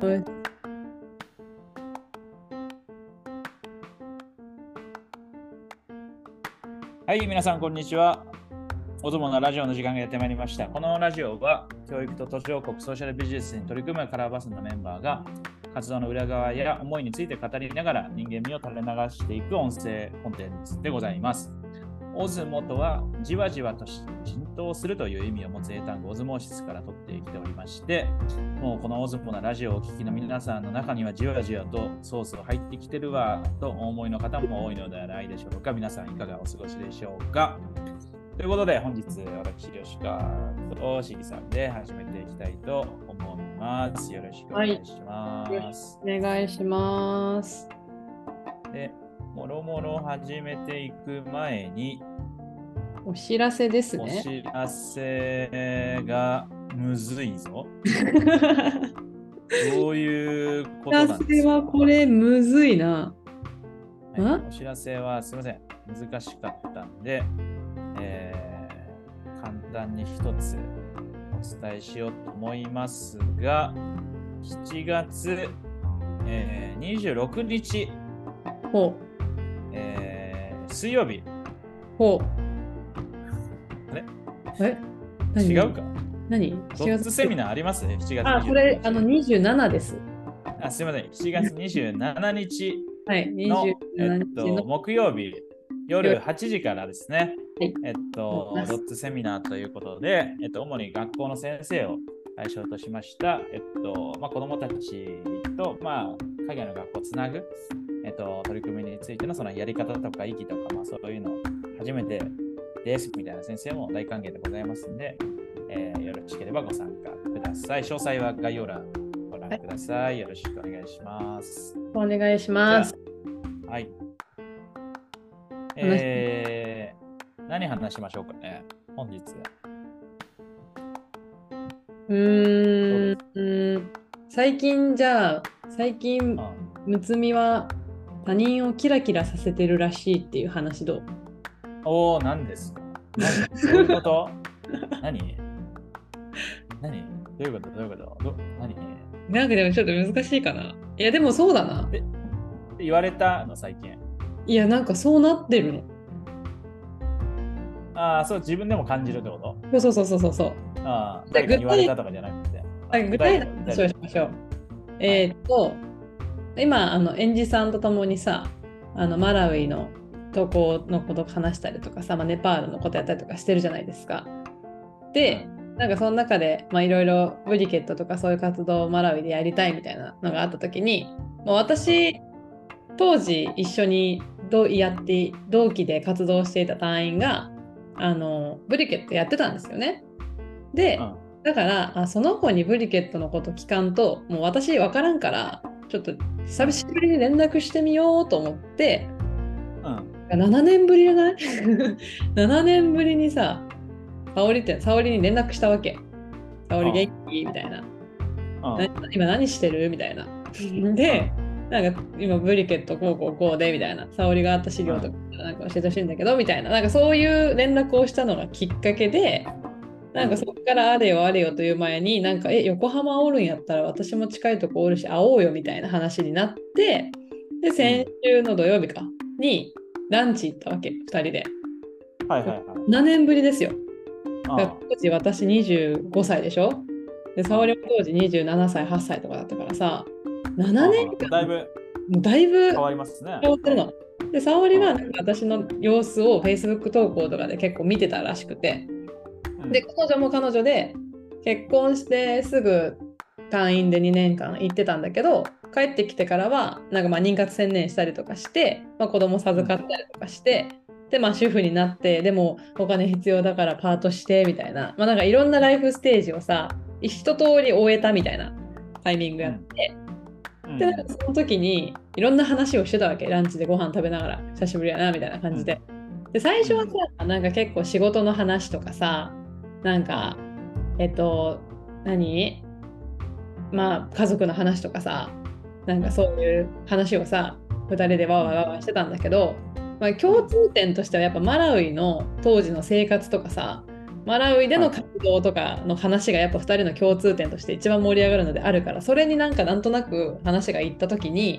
はい、皆さん、こんにちは。おずものラジオの時間がやってまいりました。このラジオは、教育と途上国ソーシャルビジネスに取り組むカラーバスのメンバーが、活動の裏側や思いについて語りながら人間味を垂れ流していく音声コンテンツでございます。オズモとは、じわじわと浸透するという意味を持つ英単語オズモーシスから取ってきておりまして、もうこのオズモのラジオをお聞きの皆さんの中にはじわじわとソースが入ってきてるわとお思いの方も多いのではないでしょうか。皆さんいかがお過ごしでしょうか。ということで本日私、吉川としぎさんで始めていきたいと思います。よろしくお願いします。 お願いします。 でもろもろ始めていく前にお知らせですね。 お知らせがむずいぞ。どういうことなんですか？お知らせはこれむずいな。 はい、お知らせはすみません、難しかったんで、簡単に一つお伝えしようと思いますが、7月、26日、水曜日。あれ？違うか？ 何？ ドッツセミナーあります？ 7 月27日。 あ、これ27です。 すみません、7月27日はい、 の、木曜日夜8時からですね、ドッツセミナーということで、主に学校の先生を対象としました、子どもたちと、海外の学校をつなぐ、取り組みについてのそのやり方とか意義とか、そういうのを初めてですみたいな先生も大歓迎でございますので、よろしければご参加ください。詳細は概要欄ご覧ください。よろしくお願いします。 お願いします。 はい。何話しましょうかね、本日。 最近、むつみは他人をキラキラさせてるらしいっていう話どう？ 何ですか？どういうこと？何どういうこと？何？ なんかでもちょっと難しいかな。いやでもそうだな。 言われたの最近。 いやなんかそうなってるの。 そう、自分でも感じるってこと？ そう。 誰かに言われたとかじゃなくて。 具体的な話をしましょう。今園児さんと共にさ、マラウイの投稿のこと話したりとかさ、ネパールのことやったりとかしてるじゃないですか。で、なんかその中でいろいろブリケットとかそういう活動をマラウイでやりたいみたいなのがあった時に、私当時一緒に同期で活動していた隊員がブリケットやってたんですよね。で、だからその子にブリケットのこと聞かんともう私分からんからちょっと久しぶりに連絡してみようと思って、7年ぶりじゃない？ 7 年ぶりにさ沙織に連絡したわけ。沙織元気みたいな。今何してるみたいな。で、なんか今ブリケットこうでみたいな。沙織があった資料とかなんか教えてほしいんだけどみたいな。なんかそういう連絡をしたのがきっかけで、なんかそこからあれよという前になんか横浜おるんやったら私も近いとこおるし会おうよみたいな話になって、で先週の土曜日かにランチ行ったわけ、2人で。7年ぶりですよ。当時私25歳でしょ。で沙織も当時27歳8歳とかだったからさ、7年間だいぶ変わりますね。 変わってるの。で沙織はなんか私の様子を Facebook 投稿とかで結構見てたらしくて、で彼女も彼女で結婚してすぐ退院で2年間行ってたんだけど、帰ってきてからはなんか妊活専念したりとかして、子供授かったりとかして、で主婦になって、でもお金必要だからパートしてみたいな、なんかいろんなライフステージをさ一通り終えたみたいなタイミングやって、でなんかその時にいろんな話をしてたわけ。ランチでご飯食べながら久しぶりやなみたいな感じで、で最初はさなんか結構仕事の話とかさ、なんか家族の話とかさ、なんかそういう話をさ2人でわわしてたんだけど、共通点としてはやっぱマラウイの当時の生活とかさ、 マラウイでの活動とかの話がやっぱ2人の共通点として一番盛り上がるのであるから、それになんとなく話がいった時に、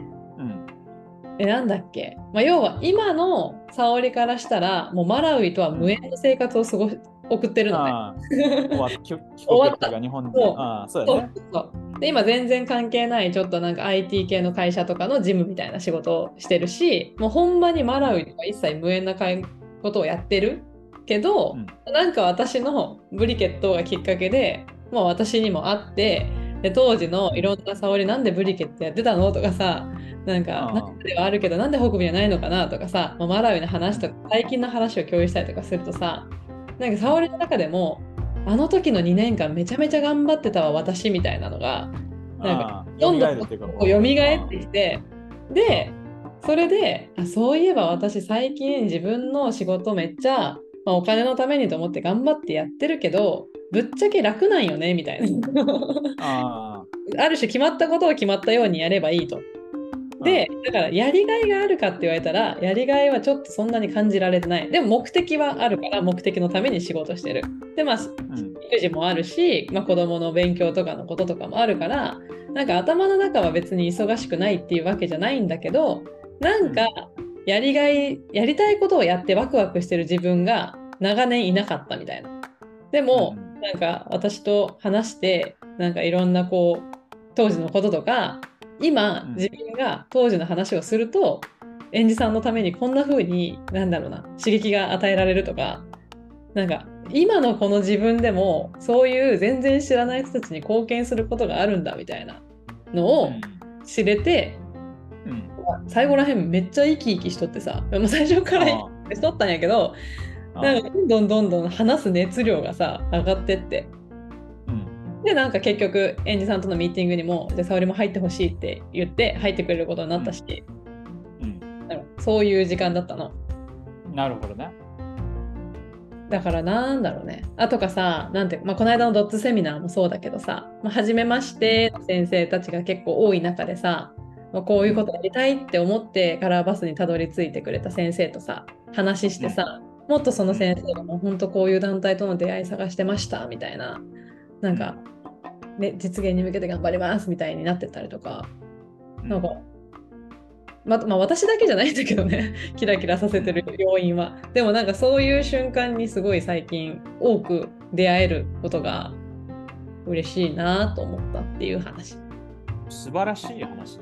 なんだっけ、要は今の沙織からしたらもうマラウイとは無縁の生活を送ってるのね。 終わった日本に。そうだね。 で今全然関係ないちょっとなんか IT 系の会社とかの事務みたいな仕事をしてるし、もうほんまにマラウイとは一切無縁なことをやってるけど、なんか私のブリケットがきっかけで、もう私にも会って、で当時のいろんな沙織なんでブリケットやってたのとかさ、なんか中ではあるけどなんで北部にはないのかなとかさ、マラウイの話とか最近の話を共有したりとかするとさ、なんか沙織の中でもあの時の2年間めちゃめちゃ頑張ってたわ私みたいなのがなんかどんどん蘇ってきて、でそれでそういえば私最近自分の仕事めっちゃ、お金のためにと思って頑張ってやってるけどぶっちゃけ楽なんよねみたいなある種決まったことを決まったようにやればいいと。でだからやりがいがあるかって言われたらやりがいはちょっとそんなに感じられてない。でも目的はあるから目的のために仕事してる。で育児もあるし、子供の勉強とかのこととかもあるからなんか頭の中は別に忙しくないっていうわけじゃないんだけど、なんかやりたいことをやってワクワクしてる自分が長年いなかったみたいな。でもなんか私と話してなんかいろんな当時のこととか今自分が当時の話をすると園児さんのためにこんな風に刺激が与えられるとか、なんか今のこの自分でもそういう全然知らない人たちに貢献することがあるんだみたいなのを知れて、最後らへんめっちゃ生き生きしとってさ、最初から生き生きしとったんやけど、なんかどんどん話す熱量がさ上がってって、でなんか結局園児さんとのミーティングにもじゃあ沙織も入ってほしいって言って入ってくれることになったし、そういう時間だったの。 なるほどね。 だからなんだろうね。あとかさ、この間のドッツセミナーもそうだけどさ、初めましての先生たちが結構多い中でさ、こういうことやりたいって思ってカラーバスにたどり着いてくれた先生とさ、話してさ、もっとその先生がもう本当こういう団体との出会い探してましたみたいな、なんか、ね、実現に向けて頑張りますみたいになってたりとか、なんか、私だけじゃないんだけどねキラキラさせてる要因は。でもなんかそういう瞬間にすごい最近多く出会えることが嬉しいなと思ったっていう話。 素晴らしい話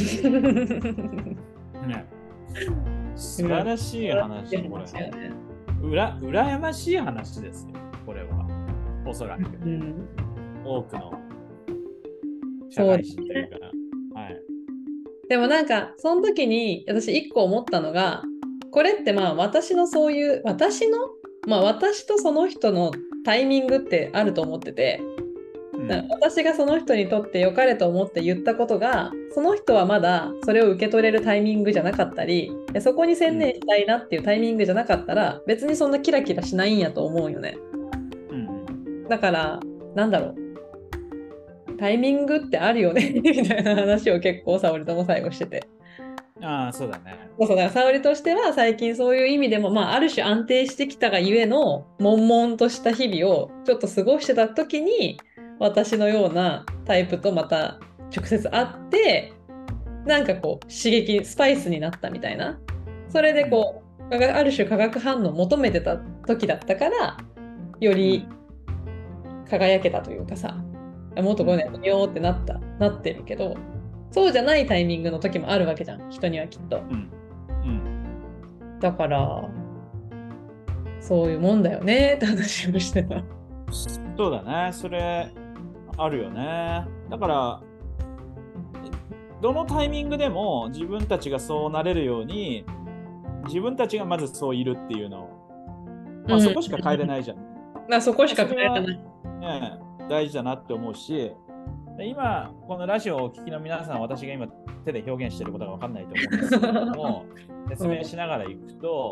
ね、素晴らしい話、これ。羨ましい話ですよ、これは。おそらく。多くの社会人というかな。 でもなんかその時に私一個思ったのが、これって私のそういう私とその人のタイミングってあると思ってて、私がその人にとって良かれと思って言ったことがその人はまだそれを受け取れるタイミングじゃなかったり、そこに専念したいなっていうタイミングじゃなかったら別にそんなキラキラしないんやと思うよね。だからなんだろう、タイミングってあるよねみたいな話を結構沙織とも最後してて。 そうだね。 だから沙織としては最近そういう意味でも、ある種安定してきたがゆえの悶々とした日々をちょっと過ごしてた時に私のようなタイプとまた直接会ってなんか刺激スパイスになったみたいな、それである種化学反応を求めてた時だったからより輝けたというかさ、もっとこうねよーってなってるけど、そうじゃないタイミングの時もあるわけじゃん、人にはきっと。だからそういうもんだよねって話をしてた。 そうだね、それあるよね。だからどのタイミングでも自分たちがそうなれるように自分たちがまずそういるっていうのを、そこしか変えれないじゃん。 そこしか変えれない、 ね、大事だなって思うし、今このラジオをお聞きの皆さん、私が今手で表現していることが分かんないと思うんですけれども説明しながらいくと、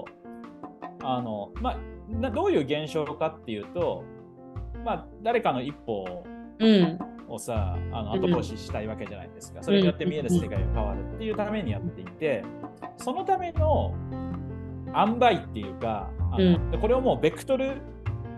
どういう現象かっていうと、誰かの一歩をさ、後押ししたいわけじゃないですか。それによって見える世界が変わるっていうためにやっていて、そのための塩梅っていうか、これをもうベクトル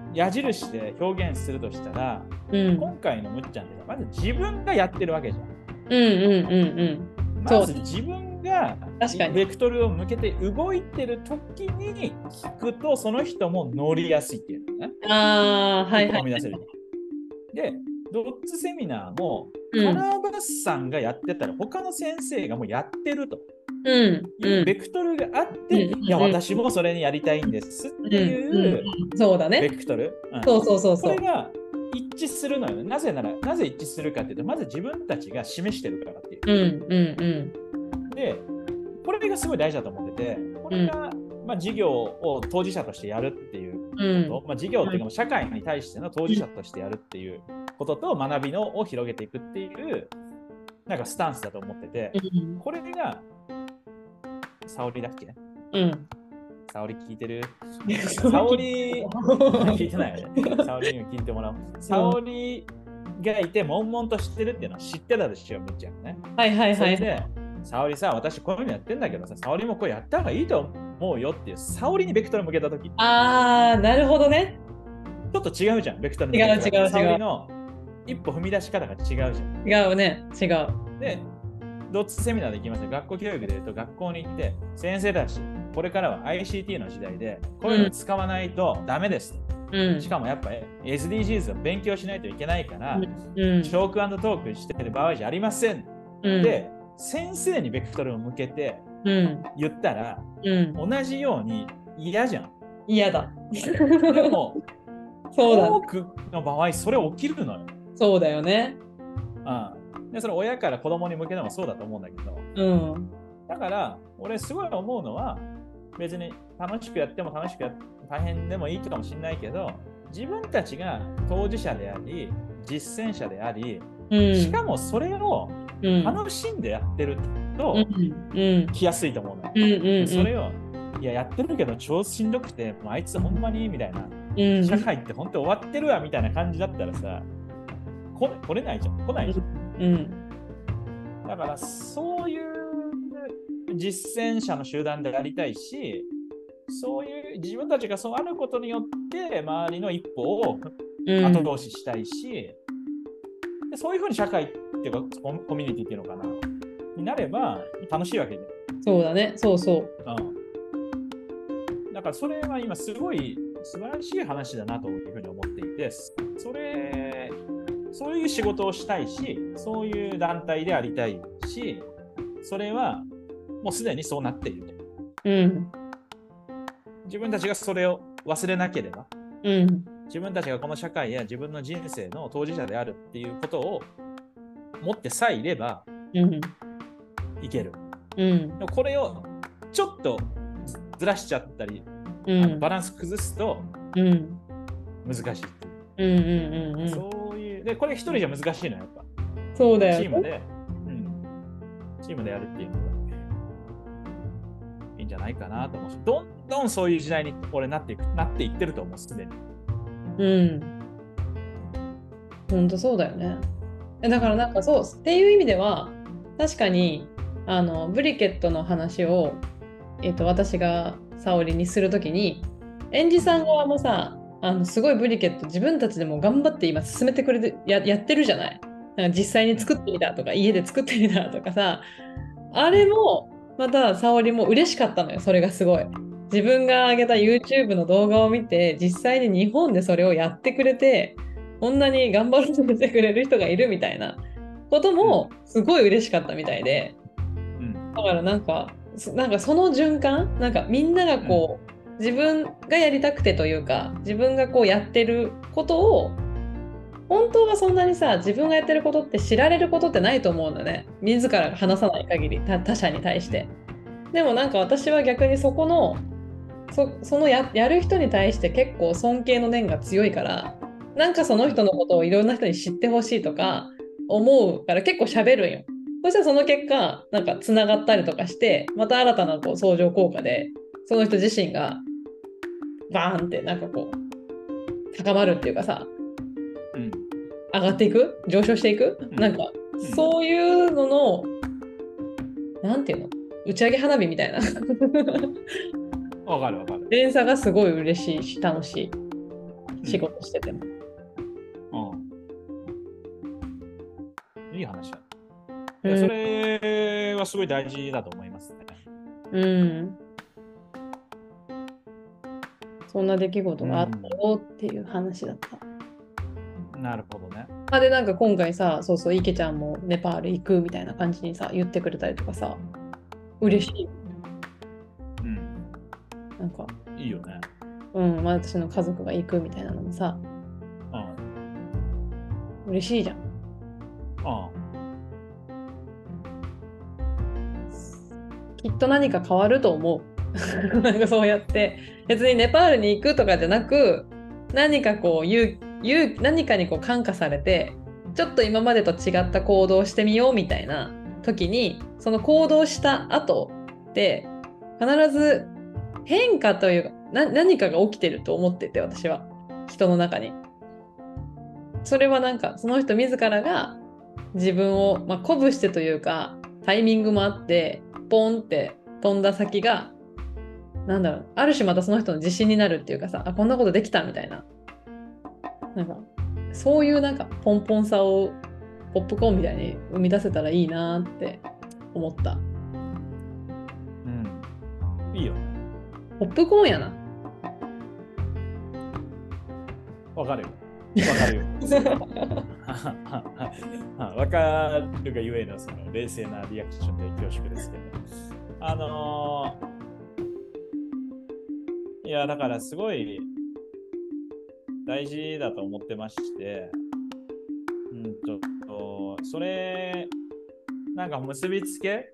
矢印で表現するとしたら、今回のむっちゃんってまず自分がやってるわけじゃん。まず自分がベクトルを向けて動いてる時に聞くと、その人も乗りやすいっていうのね。生み出せる。で、ドッツセミナーもカラーバスさんがやってたら他の先生がもうやってるというベクトルがあって、いや私もそれにやりたいんですっていうベクトル、これが一致するのよね。なぜ一致するかっていうと、まず自分たちが示してるからっていう。で、これがすごい大事だと思ってて、これが、事業を当事者としてやるっていうこと、事業っていうか社会に対しての当事者としてやるっていうことと学びを広げていくっていうなんかスタンスだと思ってて、これが沙織だっけ？沙織聞いてる？沙織聞いてないよね。沙織にも聞いてもらおう。沙織がいて悶々としてるっていうのは知ってたでしょ、むっちゃんね。それで沙織さ、私こういうのやってんだけどさ、沙織もこれやった方がいいと思うよっていう沙織にベクトル向けたとき。 なるほどね。 ちょっと違うじゃん、ベクトルの違う。 沙織の一歩踏み出し方が違うじゃん。 違うね、違う。 で、ドッツセミナーで行きますね。学校教育で言うと、学校に行って、先生たち、これからは ICT の時代で、こういうの使わないとダメですと。しかもやっぱり SDGs を勉強しないといけないから、チョーク&トークしてる場合じゃありません。で、先生にベクトルを向けて言ったら、同じように嫌じゃん。 嫌だ。 でも、多くの場合、それ起きるのよ。 そうだよね。 でそれ親から子供に向けてもそうだと思うんだけど、だから俺すごい思うのは、別に楽しくやっても大変でもいいかもしれないけど、自分たちが当事者であり実践者であり、しかもそれを楽しんでやってると来やすいと思うの。それをやってるけど超しんどくて、あいつほんまにみたいな、社会って本当終わってるわみたいな感じだったらさ、来れないじゃん、来ないじゃん。だからそういう実践者の集団でありたいし、そういう自分たちがそうあることによって周りの一歩を後押ししたいし、でそういうふうに社会っていうかコミュニティっていうのかなになれば楽しいわけで。 そうだね、そう。 だからそれは今すごい素晴らしい話だなというふうに思っていて、そういう仕事をしたいし、そういう団体でありたいし、それはもうすでにそうなっていると。自分たちがそれを忘れなければ、自分たちがこの社会や自分の人生の当事者であるっていうことを持ってさえいれば、いける。でもこれをちょっとずらしちゃったり、バランス崩すと難しいっていう。そういうでこれ一人じゃ難しいのやっぱ。 そうだよ。 チームでやるっていうのがいいんじゃないかなと思うし、どんどんそういう時代に俺なっていってると思う、すでに。 本当そうだよね。だからなんかそうっていう意味では確かにブリケットの話を、私が沙織にするときに、園児さん側もさ、すごいブリケット自分たちでも頑張って今進めてくれて やってるじゃない。なんか実際に作ってみたとか家で作ってみたとかさ、あれもまた沙織も嬉しかったのよ。それがすごい自分が上げた YouTube の動画を見て、実際に日本でそれをやってくれて、こんなに頑張ってくれる人がいるみたいなこともすごい嬉しかったみたいで、だからなんかその循環、なんかみんながこう、自分がやりたくてというか、自分がこうやってることを本当はそんなにさ、自分がやってることって知られることってないと思うんだね。自ら話さない限り、他者に対して。でもなんか私は逆にそこのその やる人に対して結構尊敬の念が強いから、なんかその人のことをいろんな人に知ってほしいとか思うから結構喋るんよ。そしたらその結果なんかつながったりとかして、また新たなこう相乗効果でその人自身がバーンってなんかこう高まるっていうかさ、上がっていく、上昇していく、なんかそういうののなんていうの、打ち上げ花火みたいなわかる連鎖がすごい嬉しいし楽しい仕事してても。 いい話だ。それはすごい大事だと思いますね。 そんな出来事があったよっていう話だった。 なるほどね。 で、なんか今回さ、そうそう、池ちゃんもネパール行くみたいな感じにさ、言ってくれたりとかさ、嬉しい。なんか、 いいよね。 私の家族が行くみたいなのもさ、嬉しいじゃん。きっと何か変わると思う。なんかそうやって別にネパールに行くとかじゃなく、何かこう何かにこう感化されて、ちょっと今までと違った行動をしてみようみたいな時に、その行動した後で必ず変化というか何かが起きてると思ってて、私は人の中に。それはなんかその人自らが自分を、鼓舞してというか、タイミングもあってポンって飛んだ先がある種またその人の自信になるっていうかさ、こんなことできたみたいな、なんかそういうなんかポンポンさをポップコーンみたいに生み出せたらいいなって思った。 いいよ。 ポップコーンやな。 わかるよ。わかるがゆえのその冷静なリアクションで恐縮ですけど。いや、だからすごい大事だと思ってまして、それ、なんか結びつけ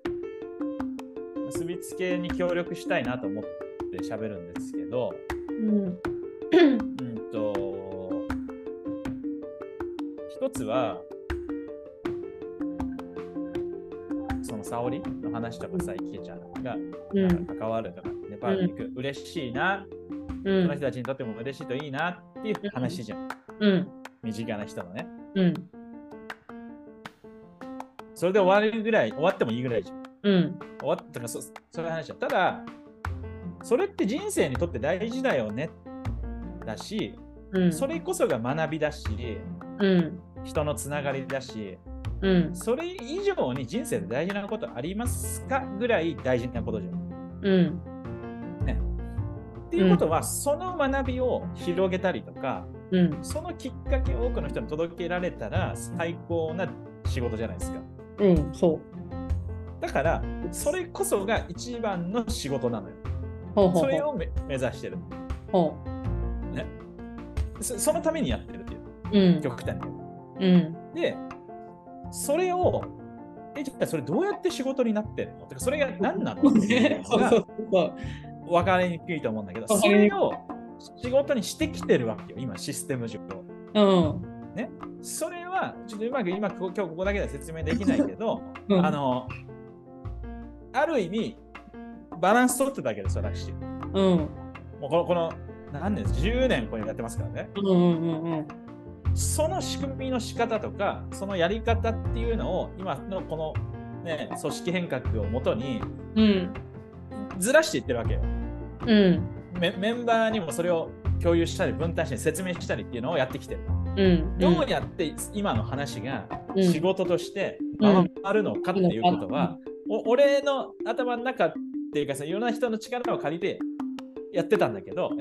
に協力したいなと思って喋るんですけど、一つは、その沙織の話とかさ、池ちゃんが関わるとか、ネパールに行く、嬉しいな、その人たちにとっても嬉しいといいなっていう話じゃん。身近な人のね。それで終わってもいいぐらいじゃん。終わったらそういう話だ。ただ、それって人生にとって大事だよね。だし、それこそが学びだし、人のつながりだし、それ以上に人生で大事なことありますかぐらい大事なことじゃん。っていうことは、その学びを広げたりとか、そのきっかけを多くの人に届けられたら最高な仕事じゃないですか。 そう。 だから、それこそが一番の仕事なのよ。それを目指してる。そのためにやってるっていう。極端に。で、それを、じゃあそれどうやって仕事になってるの？それが何なの？分かりにくいと思うんだけど、それを仕事にしてきてるわけよ、今、システム上。それは、ちょっと今日ここだけでは説明できないけど、ある意味、バランス取ってたわけですよ、私。もうこの何年です、10年これやってますからね。その仕組みの仕方とか、そのやり方っていうのを、今のこの、組織変革をもとに、ずらしていってるわけよ。メンバーにもそれを共有したり、分担したり、説明したりっていうのをやってきてる。どうやって今の話が仕事として回るのかっていうことは、俺の頭の中っていうかさ、いろんな人の力を借りてやってんだけど、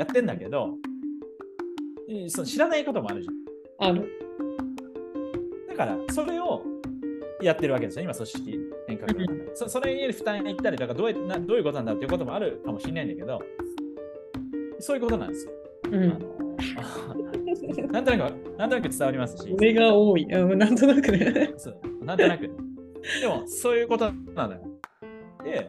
その知らないこともあるじゃん。 ある。 だから、それをやってるわけですよ、今、組織変革の中で。それに負担に行ったりとか、どういうことなんだっていうこともあるかもしれないんだけど、そういうことなんですよ。なんとなく伝わりますし。 それが多い。なんとなくね。 なんとなく。でも、そういうことなのよ。で、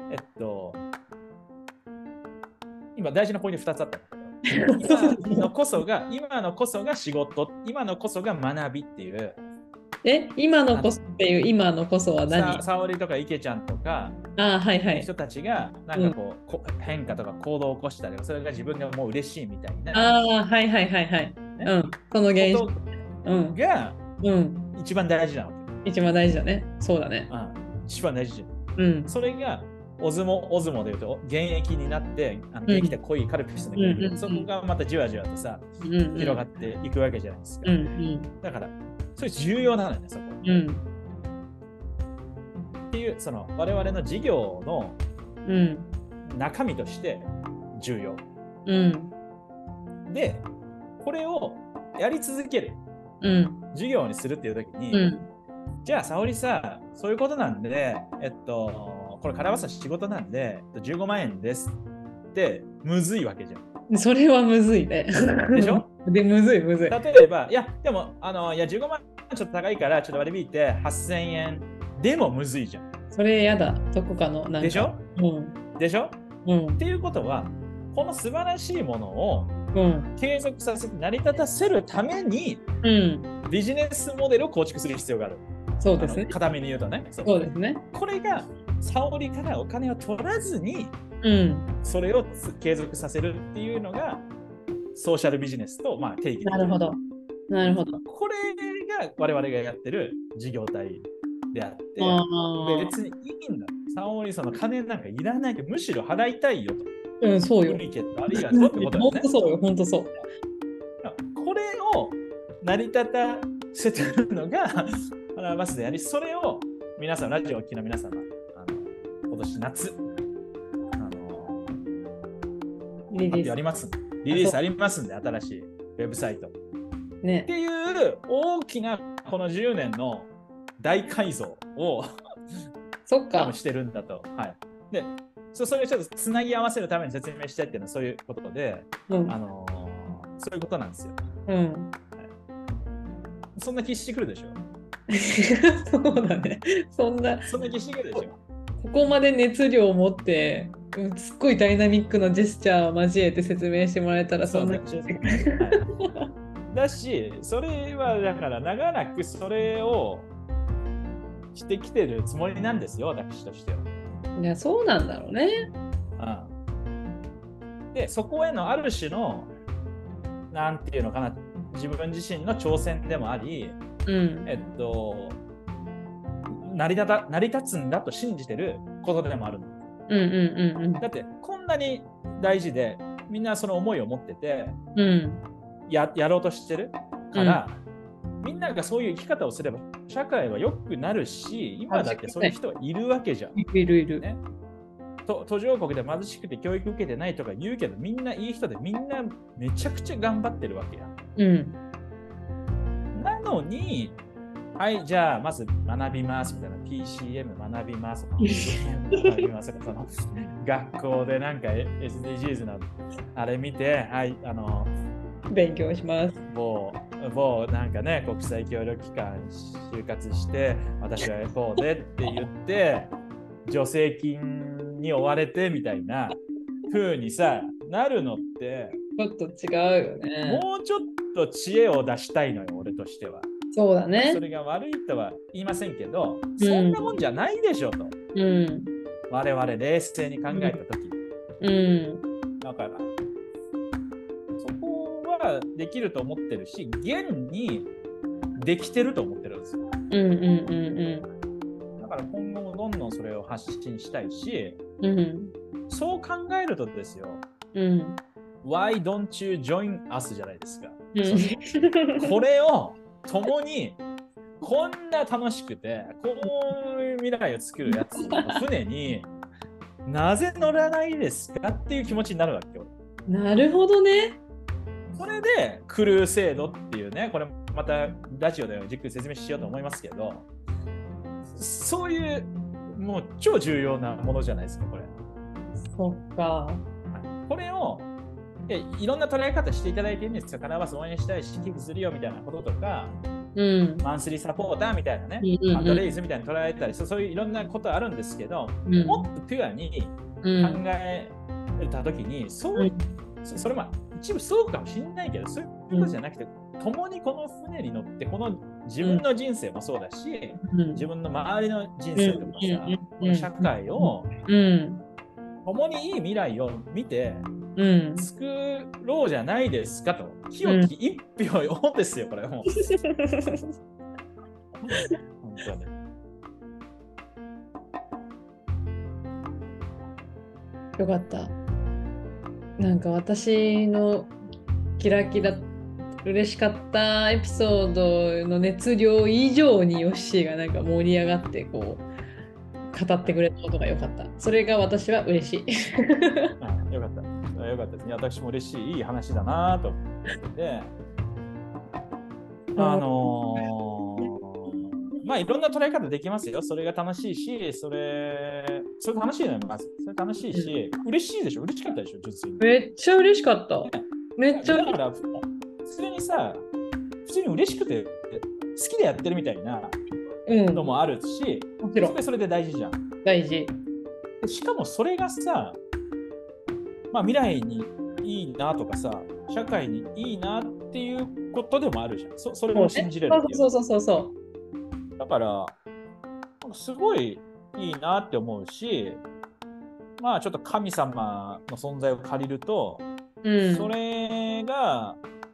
今、大事なポイント2つあったんだけど、今のこそが仕事、今のこそが学びっていう。 今のこそっていう今のこそは何？ 沙織とか池ちゃんとか人たちがなんか変化とか行動を起こしたり、それが自分がもう嬉しいみたいな。 その現象が一番大事なわけ。 一番大事だね。そうだね。 一番大事じゃん。それがオズモでいうと現役になって現役で濃いカルピスの原液、そこがまたじわじわとさ、広がっていくわけじゃないですか。だからそれ重要なのよね、そこ。っていうその我々の事業の中身として重要。で、これをやり続ける、授業にするっていう時に、じゃあ沙織さ、そういうことなんで、これカラーバスの仕事なんで15万円ですってむずいわけじゃん。 それはむずいね。 でしょで、むずい。 例えば、いや、でも、いや、15万円ちょっと高いから、ちょっと割り引いて8000円でもむずいじゃん。 それやだ、どこかのなんか。 でしょ、でしょ、っていうことは、この素晴らしいものを継続させて成り立たせるために、ビジネスモデルを構築する必要がある。 そうですね。 片目に言うとね。 そうですね。 これが沙織からお金を取らずに、それを継続させるっていうのがソーシャルビジネスと、定義。 なるほど。なるほど。 これが我々がやってる事業体であって、別にいいんだ。沙織その金なんかいらないけど、むしろ払いたいよと。 そうよ。 ありがとうってことだよね。 本当そうよ、本当そう。 これを成り立たせてるのがカラーバスであり、それを皆さん、ラジオを聴きの皆様、今年夏、リリースありますんで、新しいウェブサイト。 ね、 っていう大きなこの10年の大改造をそっかしてるんだと。はい、でそれをちょっとつなぎ合わせるために説明したいっていうのはそういうことで、そういうことなんですよ。そんな気してくるでしょ。 そうだね。そんな気してくるでしょ。 ここまで熱量を持ってすっごいダイナミックなジェスチャーを交えて説明してもらえたらそんな気してくる。 だし、それはだから長らくそれをしてきてるつもりなんですよ、私としては。 いや、そうなんだろうね。 で、そこへのある種のなんていうのかな、自分自身の挑戦でもあり、成り立つんだと信じてることでもあるの。だってこんなに大事でみんなその思いを持ってて、やろうとしてるから、みんながそういう生き方をすれば社会は良くなるし、今だってそういう人はいるわけじゃん。 いる。 ね、途上国で貧しくて教育受けてないとか言うけど、みんないい人でみんなめちゃくちゃ頑張ってるわけや。なのに、はい、じゃあまず学びますみたいな PCM 学びます学びますその学校でなんか SDGs のあれ見て、はい、 勉強します。 某なんかね、国際協力機関就活して私はこうでって言って助成金に追われてみたいな風にさなるのってちょっと違うよね。 もうちょっと知恵を出したいのよ、俺としては。 そうだね。 それが悪いとは言いませんけど、そんなもんじゃないでしょと。我々冷静に考えたとき。だから、そこはできると思ってるし、現にできてると思ってるんですよ。だから今後もどんどんそれを発信したいし、そう考えるとですよ、Why don't you join us じゃないですか。これを共にこんな楽しくてこういう未来を作るやつの船になぜ乗らないですかっていう気持ちになるわけよ。 なるほどね。 これでクルー制度っていうね、これまたラジオでじっくり説明しようと思いますけど、そういうもう超重要なものじゃないですか、これ。 そっか。 これをいろんな捉え方していただいているんですよ。カラーバス応援したいし、寄付するよみたいなこととか、マンスリーサポーターみたいなね、ファンドレイズみたいに捉えたり、そういういろんなことあるんですけど、もっとピュアに考えたときに、それも一部そうかもしれないけど、そういうことじゃなくて、共にこの船に乗って、この自分の人生もそうだし、自分の周りの人生とかさ、この社会を、共にいい未来を見て、作ろうじゃないですかと。清き一票よですよ、これもう。本当に。 よかった。なんか私のキラキラ嬉しかったエピソードの熱量以上にヨッシーがなんか盛り上がってこう語ってくれたことがよかった。それが私は嬉しい。 よかった。よかったですね。私も嬉しい、いい話だなと思ってて、まあいろんな捉え方できますよ。それが楽しいし、それ楽しいのよ、まず。それ楽しいし、嬉しいでしょ、嬉しかったでしょ、純粋に。 めっちゃ嬉しかった。めっちゃだから普通にさ、普通に嬉しくて好きでやってるみたいなのもあるし、 もちろんそれで大事じゃん。 大事。 しかもそれがさ、まあ未来にいいなとかさ、社会にいいなっていうことでもあるじゃん。それを信じれるっていう。 そう。 だからすごいいいなって思うし、まあちょっと神様の存在を借りると、それが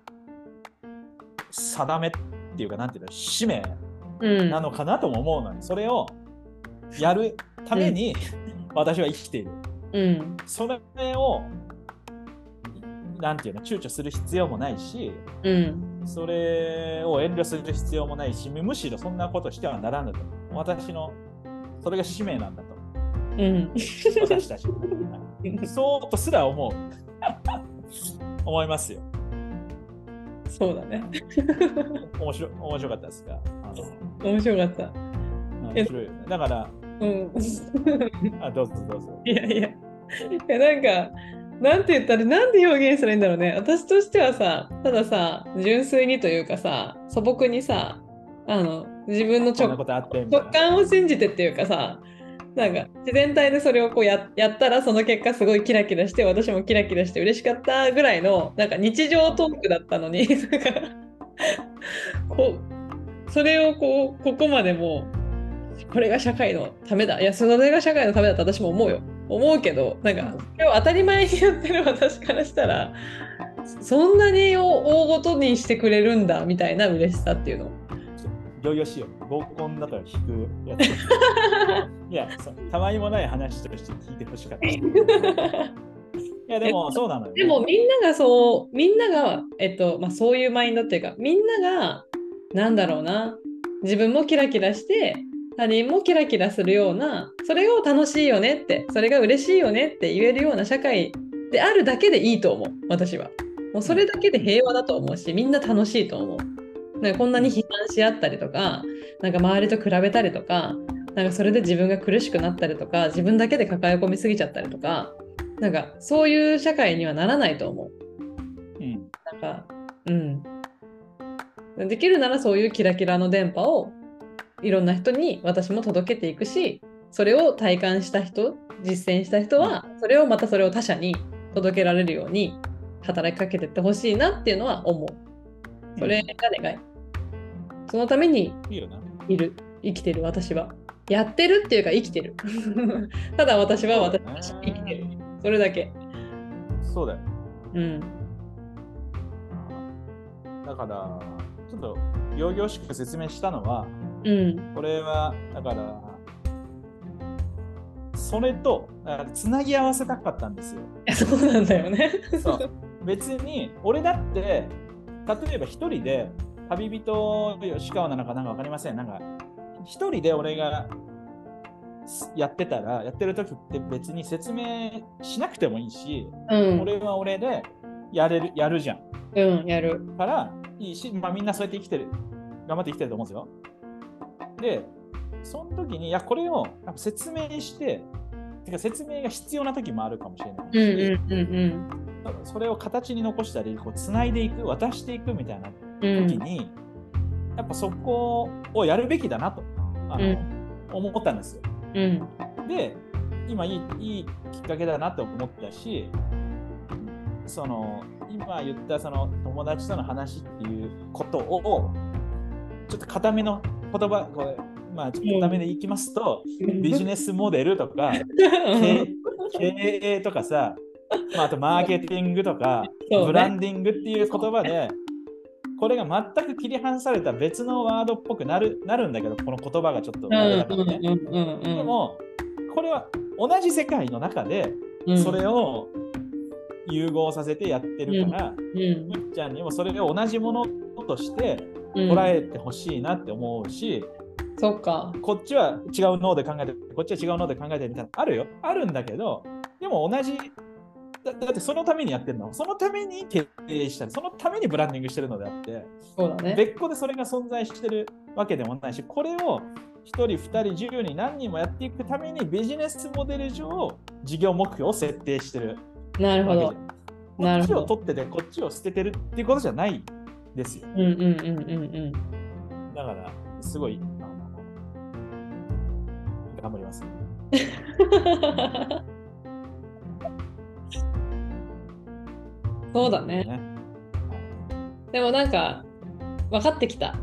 定めっていうか、なんていうの、使命なのかなとも思うのに、それをやるために、私は生きている。それをなんていうの、躊躇する必要もないし、それを遠慮する必要もないし、むしろそんなことしてはならぬと。私のそれが使命なんだと。私たちそうとすら思いますよ。 そうだね。 面白かったですか？ 面白かった。 面白いよね。だから、どうぞ。 いやなんか、なんて言ったら、なんて表現したらいいんだろうね。私としてはさ、たださ、純粋にというかさ、素朴にさ、自分の直感を信じてっていうかさ、なんか自然体でそれをこうやったら、その結果すごいキラキラして、私もキラキラして嬉しかったぐらいの、なんか日常トークだったのに、それをここまでもう、これが社会のためだ。いや、それが社会のためだと私も思うけど、なんかそれを当たり前にやってる私からしたら、そんなに大ごとにしてくれるんだみたいな嬉しさっていうの。 よしよ、合コンだから引くやつ。いや、たまにもない話として聞いてほしかった。いや、でもそうなのよ、ね。 でもみんなが、まあ、そういうマインドっていうか、みんなが、なんだろうな、自分もキラキラして、他人もキラキラするような、それを楽しいよねって、それが嬉しいよねって言えるような社会であるだけでいいと思う、私は。もうそれだけで平和だと思うし、みんな楽しいと思う。なんかこんなに批判し合ったりとか、なんか周りと比べたりとか、なんかそれで自分が苦しくなったりとか、自分だけで抱え込みすぎちゃったりとか、なんかそういう社会にはならないと思う。なんか、できるならそういうキラキラの電波をいろんな人に私も届けていくし、それを体感した人、実践した人は、それを他者に届けられるように働きかけていってほしいなっていうのは思う。それが願い。そのために生きてる私は。やってるっていうか生きてる。ただ私は生きてる。それだけ。 そうだよ。だから、ちょっと仰々しく説明したのは、これは、だから、それとつなぎ合わせたかったんですよ。 そうなんだよね。 そう別に、俺だって、例えば一人で、旅人吉川なのかなんか分かりません。なんか、一人で俺がやってる時って別に説明しなくてもいいし、俺は俺でやるじゃん。 やる。 からいいし、まあ、みんなそうやって頑張って生きてると思うんですよ。で、その時に、いや、これを説明して、説明が必要な時もあるかもしれないし、それを形に残したり、つないでいく、渡していくみたいな時に、やっぱそこをやるべきだなと思ったんですよ。で、今いいきっかけだなと思ったし、今言った友達との話っていうことをちょっと固めの言葉、ちょっと固めでいきますと、ビジネスモデルとか経営とかさ、あとマーケティングとか、ブランディングっていう言葉で、これが全く切り離された別のワードっぽくなるんだけど、この言葉がちょっとあれだからね。でもこれは同じ世界の中でそれを融合させてやってるから、むっちゃんにもそれを同じものとして捉えてほしいなって思うし、 そっか。 こっちは違う脳で考えて、こっちは違う脳で考えてみたいなあるよ。あるんだけど、でも同じ、だってそのためにやってるの。そのために経営したり、そのためにブランディングしてるのであって、 そうだね、 別個でそれが存在してるわけでもないし、これを1人、2人、10人、何人もやっていくためにビジネスモデル上、事業目標を設定してる。 なるほど。 こっちを取ってて、こっちを捨ててるっていうことじゃないですよ。だから、すごい、頑張ります。 そうだね。でもなんか分かってきた。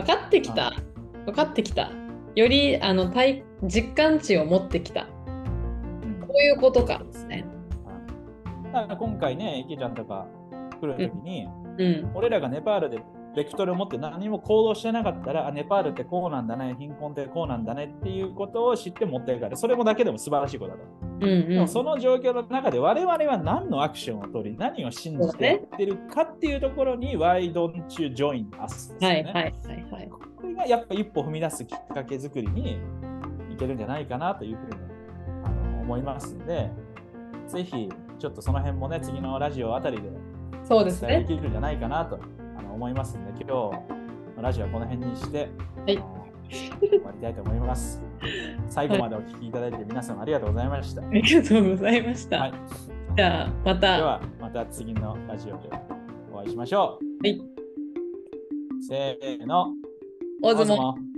より実感値を持ってきた。こういうことかですね。 だから今回ね、池ちゃんとか来るときに、俺らがネパールでベクトルを持って何も行動してなかったら、ネパールってこうなんだね、貧困ってこうなんだねっていうことを知って持っていかれる。それもだけでも素晴らしいことだと。でもその状況の中で我々は何のアクションを取り、何を信じてやってるかっていうところに、Why don't you join us? ですね。これがやっぱ一歩踏み出すきっかけ作りにいけるんじゃないかなというふうに思いますので、ぜひちょっとその辺もね、次のラジオあたりでお伝えできるんじゃないかなと思いますので、今日のラジオはこの辺にして、終わりたいと思います。最後までお聞きいただいて皆さんありがとうございました。 ありがとうございました。じゃあまた。 ではまた次のラジオでお会いしましょう。せーの。 大相撲。